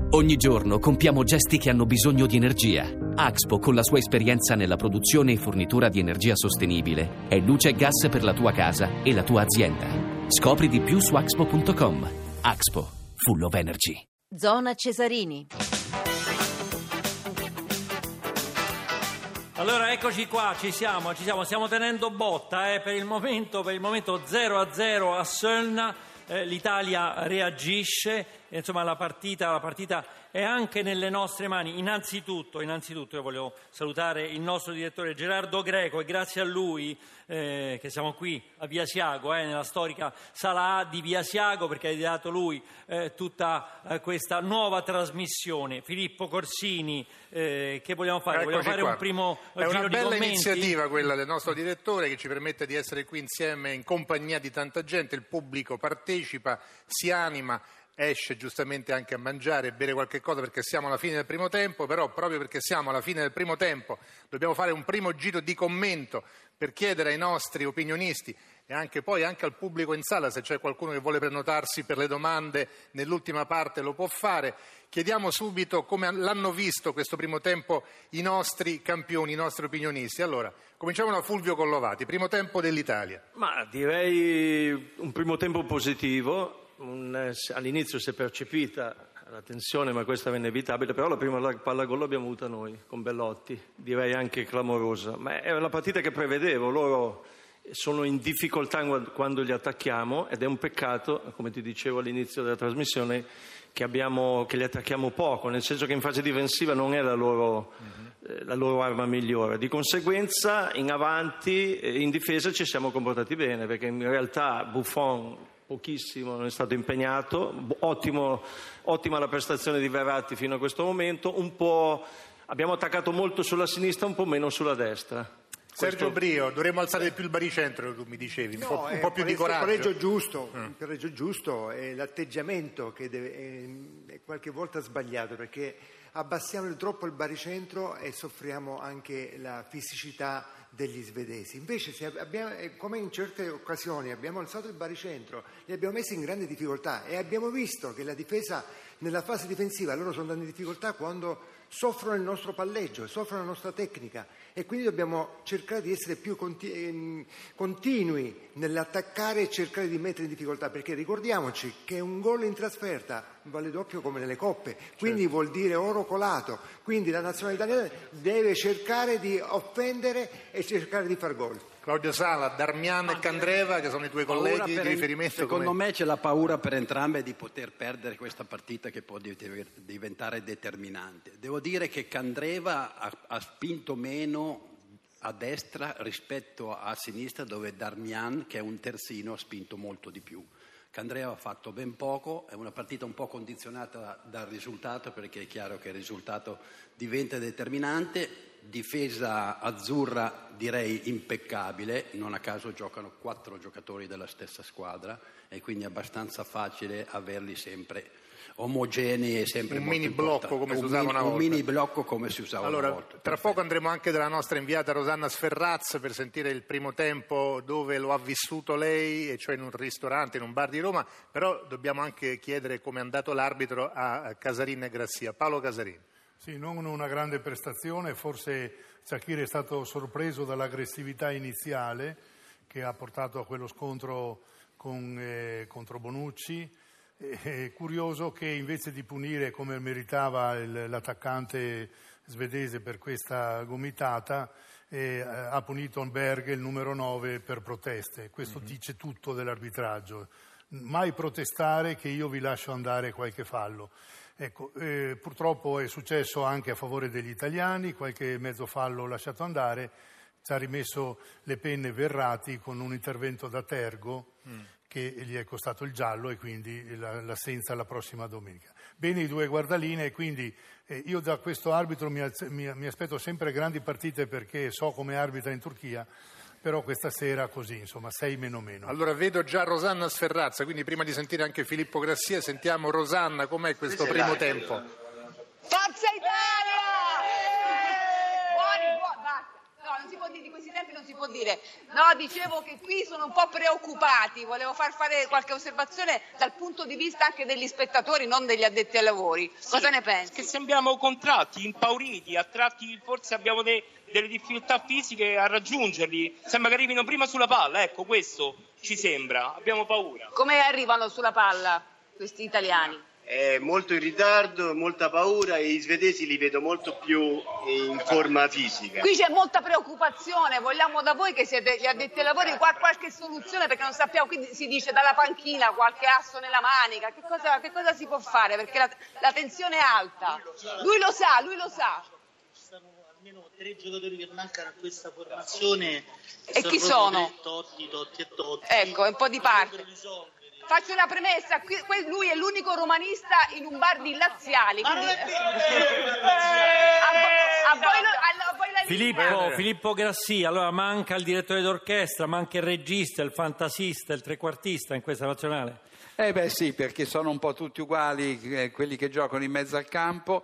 Ogni giorno compiamo gesti che hanno bisogno di energia. Axpo, con la sua esperienza nella produzione e fornitura di energia sostenibile, è luce e gas per la tua casa e la tua azienda. Scopri di più su axpo.com. Axpo, full of energy. Zona Cesarini. Allora eccoci qua, ci siamo, stiamo tenendo botta per il momento 0-0 a Solna, l'Italia reagisce, insomma la partita è anche nelle nostre mani. Innanzitutto io voglio salutare il nostro direttore Gerardo Greco, e grazie a lui che siamo qui a Via Asiago, nella storica sala A di Via Asiago, perché ha ideato lui tutta questa nuova trasmissione. Filippo Corsini, che vogliamo fare? Vogliamo fare un primo È giro una di bella commenti? iniziativa quella del nostro direttore, che ci permette di essere qui insieme in compagnia di tanta gente. Il pubblico partecipa, si anima, esce giustamente anche a mangiare e bere qualche cosa, perché siamo alla fine del primo tempo. Però proprio perché siamo alla fine del primo tempo dobbiamo fare un primo giro di commento per chiedere ai nostri opinionisti e anche al pubblico in sala, se c'è qualcuno che vuole prenotarsi per le domande nell'ultima parte lo può fare. Chiediamo subito come l'hanno visto questo primo tempo i nostri campioni, i nostri opinionisti. Allora, cominciamo da Fulvio Collovati, primo tempo dell'Italia. Ma direi un primo tempo positivo. All'inizio si è percepita la tensione, ma questa era inevitabile, però la prima palla gol l'abbiamo avuta noi con Bellotti, direi anche clamorosa, ma era la partita che prevedevo. Loro sono in difficoltà quando li attacchiamo, ed è un peccato, come ti dicevo all'inizio della trasmissione, che li attacchiamo poco, nel senso che in fase difensiva non è la loro arma migliore. Di conseguenza in avanti, in difesa ci siamo comportati bene, perché in realtà Buffon pochissimo non è stato impegnato. Ottima la prestazione di Verratti fino a questo momento. Abbiamo attaccato molto sulla sinistra, un po' meno sulla destra. Sergio Brio, dovremmo alzare di più il baricentro, tu mi dicevi, un po' più di coraggio. Il pareggio giusto è l'atteggiamento che è qualche volta sbagliato, perché abbassiamo troppo il baricentro e soffriamo anche la fisicità degli svedesi. Invece come in certe occasioni abbiamo alzato il baricentro, li abbiamo messi in grande difficoltà, e abbiamo visto che la difesa, nella fase difensiva, loro sono andati in difficoltà quando soffrono il nostro palleggio, soffrono la nostra tecnica, e quindi dobbiamo cercare di essere più continui nell'attaccare e cercare di mettere in difficoltà, perché ricordiamoci che un gol in trasferta vale doppio come nelle coppe, quindi vuol dire oro colato. Quindi la nazionale italiana deve cercare di offendere e cercare di far gol. Claudio Sala, Darmian e Candreva, che sono i tuoi colleghi di riferimento. Secondo me c'è la paura per entrambe di poter perdere questa partita, che può diventare determinante. Devo dire che Candreva ha spinto meno a destra rispetto a sinistra, dove Darmian, che è un terzino, ha spinto molto di più. Candreva ha fatto ben poco, è una partita un po' condizionata dal risultato, perché è chiaro che il risultato diventa determinante. Difesa azzurra direi impeccabile, non a caso giocano 4 giocatori della stessa squadra, e quindi è abbastanza facile averli sempre omogenei e sempre un molto mini blocco come si usava una volta. Un mini blocco come si usava una volta. Tra Perfetto. poco andremo anche dalla nostra inviata Rosanna Sferraz per sentire il primo tempo dove lo ha vissuto lei, e cioè in un ristorante, in un bar di Roma. Però dobbiamo anche chiedere come è andato l'arbitro a Casarin e Grassia. Paolo Casarin. Sì, non una grande prestazione, forse Shaqiri è stato sorpreso dall'aggressività iniziale che ha portato a quello scontro contro Bonucci. È curioso che invece di punire come meritava l'attaccante svedese per questa gomitata, ha punito Berg, il numero 9, per proteste. Questo dice tutto dell'arbitraggio. Mai protestare, che io vi lascio andare qualche fallo. Ecco, purtroppo è successo anche a favore degli italiani, qualche mezzo fallo lasciato andare. Ci ha rimesso le penne Verratti con un intervento da Tergo che gli è costato il giallo, e quindi l'assenza la prossima domenica. Bene i due guardaline, e quindi io da questo arbitro mi aspetto sempre grandi partite, perché so come arbitra in Turchia, però questa sera così, insomma, 6 meno. Allora vedo già Rosanna Sferrazza, quindi prima di sentire anche Filippo Grassia sentiamo Rosanna, com'è questo primo tempo? Forza Italia! Buoni, basta. No, non si può dire, di questi tempi non si può dire. No, dicevo che qui sono un po' preoccupati, volevo fare qualche osservazione dal punto di vista anche degli spettatori, non degli addetti ai lavori. Cosa ne pensi? Che sembriamo contratti, impauriti, a tratti forse abbiamo delle difficoltà fisiche a raggiungerli, sembra che arrivino prima sulla palla, ecco, questo ci sembra, abbiamo paura. Come arrivano sulla palla questi italiani? Molto in ritardo, molta paura, e i svedesi li vedo molto più in forma fisica. Qui c'è molta preoccupazione, vogliamo da voi che siete gli addetti ai lavori qualche soluzione, perché non sappiamo, quindi si dice dalla panchina qualche asso nella manica, che cosa si può fare, perché la tensione è alta. Lui lo sa. Ci stanno almeno 3 giocatori che mancano a questa formazione. E chi sono? Totti e Totti. Ecco, un po' di parte. Faccio una premessa, lui è l'unico romanista in un bar di laziali. Ma quindi... non è vero! Filippo Grassi, allora manca il direttore d'orchestra, manca il regista, il fantasista, il trequartista in questa nazionale? Sì, perché sono un po' tutti uguali quelli che giocano in mezzo al campo,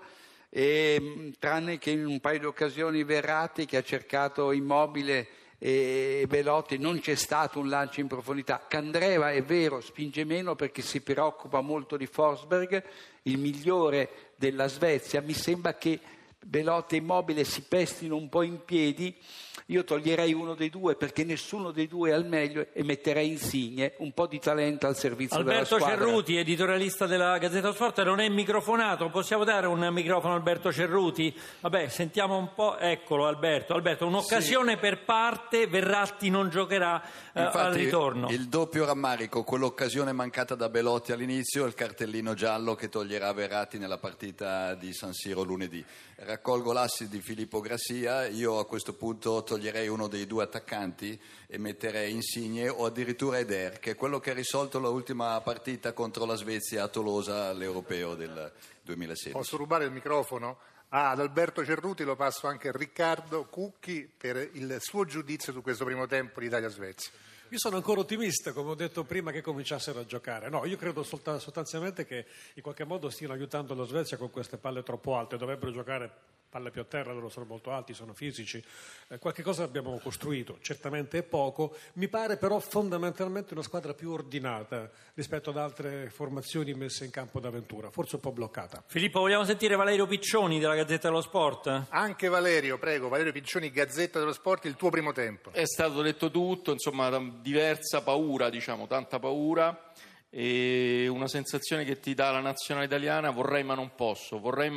tranne che in un paio di occasioni Verratti che ha cercato Immobile e Belotti, non c'è stato un lancio in profondità. Candreva, è vero, spinge meno perché si preoccupa molto di Forsberg, il migliore della Svezia. Mi sembra che Belotti e Immobile si pestino un po' in piedi. Io toglierei uno dei due perché nessuno dei due è al meglio e metterei Insigne, un po' di talento al servizio della squadra. Alberto Cerruti, editorialista della Gazzetta dello Sport, non è microfonato, possiamo dare un microfono a Alberto Cerruti? Vabbè, sentiamo un po', eccolo Alberto, un'occasione per parte, Verratti non giocherà al ritorno. Il doppio rammarico, quell'occasione mancata da Belotti all'inizio, il cartellino giallo che toglierà Verratti nella partita di San Siro lunedì. Raccolgo l'assi di Filippo Grassia, io a questo punto toglierei uno dei due attaccanti e metterei Insigne o addirittura Eder, che è quello che ha risolto l'ultima partita contro la Svezia a Tolosa all'Europeo del 2016. Posso rubare il microfono? Ad Alberto Cerruti lo passo anche a Riccardo Cucchi per il suo giudizio su questo primo tempo di Italia-Svezia. Io sono ancora ottimista, come ho detto prima, che cominciassero a giocare. No, io credo sostanzialmente che in qualche modo stiano aiutando la Svezia con queste palle troppo alte. Dovrebbero giocare palle più a terra, loro sono molto alti, sono fisici. Qualche cosa abbiamo costruito, certamente è poco. Mi pare però fondamentalmente una squadra più ordinata rispetto ad altre formazioni messe in campo d'avventura, forse un po' bloccata. Filippo, vogliamo sentire Valerio Piccioni della Gazzetta dello Sport? Anche Valerio, prego. Valerio Piccioni, Gazzetta dello Sport, il tuo primo tempo. È stato detto tutto, insomma, diversa paura, tanta paura, e una sensazione che ti dà la nazionale italiana: vorrei ma non posso,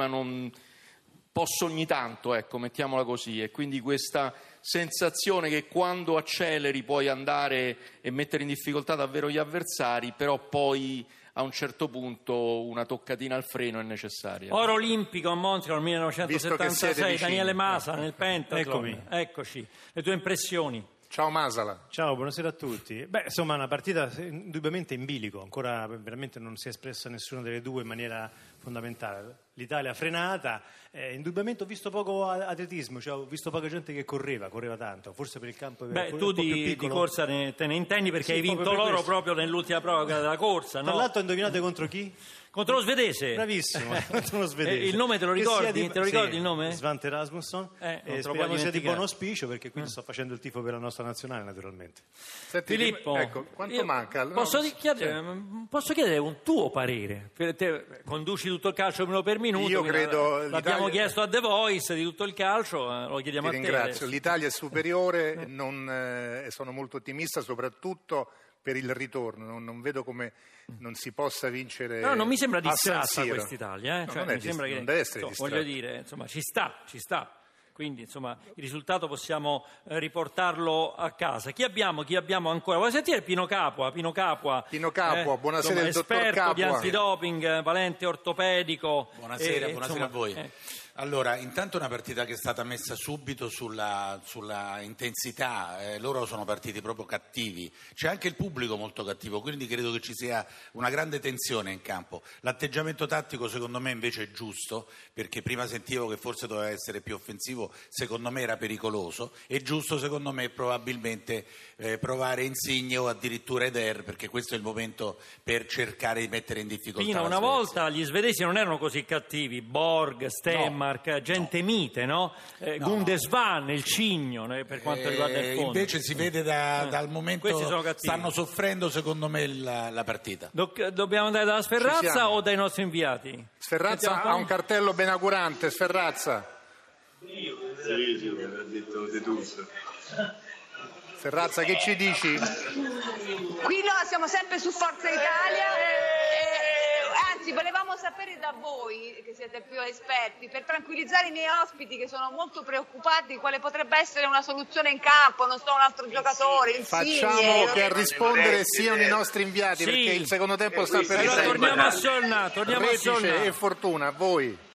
posso ogni tanto, ecco, mettiamola così, e quindi questa sensazione che quando acceleri puoi andare e mettere in difficoltà davvero gli avversari, però poi a un certo punto una toccatina al freno è necessaria. Oro olimpico a Montreal 1976, Daniele Masa nel pentathlon. Eccoci, le tue impressioni. Ciao Masala. Ciao, buonasera a tutti. Insomma, una partita indubbiamente in bilico, ancora veramente non si è espressa nessuna delle due in maniera fondamentale. L'Italia frenata, indubbiamente ho visto poco atletismo, cioè ho visto poca gente che correva tanto, forse per il campo tu di corsa te ne intendi perché hai vinto l'oro proprio nell'ultima prova della corsa, no? Tra l'altro indovinate contro chi? Contro lo svedese. Bravissimo, contro lo svedese. Il nome te lo ricordi? Te lo ricordi il nome? Svante Rasmussen. Speriamo sia di buon auspicio perché quindi sto facendo il tifo per la nostra nazionale, naturalmente. Senti, Filippo, ecco, quanto manca? Posso chiedere un tuo parere? Te conduci tutto il calcio minuto per minuto. Io credo l'abbiamo chiesto a The Voice di tutto il calcio, lo chiediamo a te. Ringrazio. L'Italia è superiore, sono molto ottimista soprattutto per il ritorno, non vedo come non si possa vincere. No, non mi sembra distratta quest'Italia, No, mi sembra che non deve essere distratta. Voglio dire, insomma, ci sta. Quindi, insomma, il risultato possiamo riportarlo a casa. Chi abbiamo ancora? Vuoi sentire Pino Capua? Buonasera, il dottor esperto Capua. di antidoping, valente ortopedico. Buonasera a voi. Allora, intanto una partita che è stata messa subito sulla intensità, loro sono partiti proprio cattivi, c'è anche il pubblico molto cattivo, quindi credo che ci sia una grande tensione in campo. L'atteggiamento tattico secondo me invece è giusto, perché prima sentivo che forse doveva essere più offensivo, secondo me era pericoloso, è giusto secondo me probabilmente provare Insigne o addirittura Eder, perché questo è il momento per cercare di mettere in difficoltà Pino, una volta gli svedesi non erano così cattivi, Borg, Stemma, Bismarck, gente mite, no? Gunde-Svan, il cigno, per quanto riguarda il fondo. Invece si vede dal momento stanno soffrendo secondo me la partita. Dobbiamo andare dalla Sferrazza o dai nostri inviati? Sferrazza ha un cartello benaugurante. Sferrazza. Sì, me l'ha detto De Tusso. Sferrazza, che ci dici? Qui siamo sempre su Forza Italia. Anzi, volevamo sapere da voi, che siete più esperti, per tranquillizzare i miei ospiti che sono molto preoccupati, quale potrebbe essere una soluzione in campo, non so, un altro giocatore, Facciamo che a rispondere siano i nostri inviati, perché il secondo tempo sta per riprendere. Torniamo a Solna, Repice e Fortuna, a voi.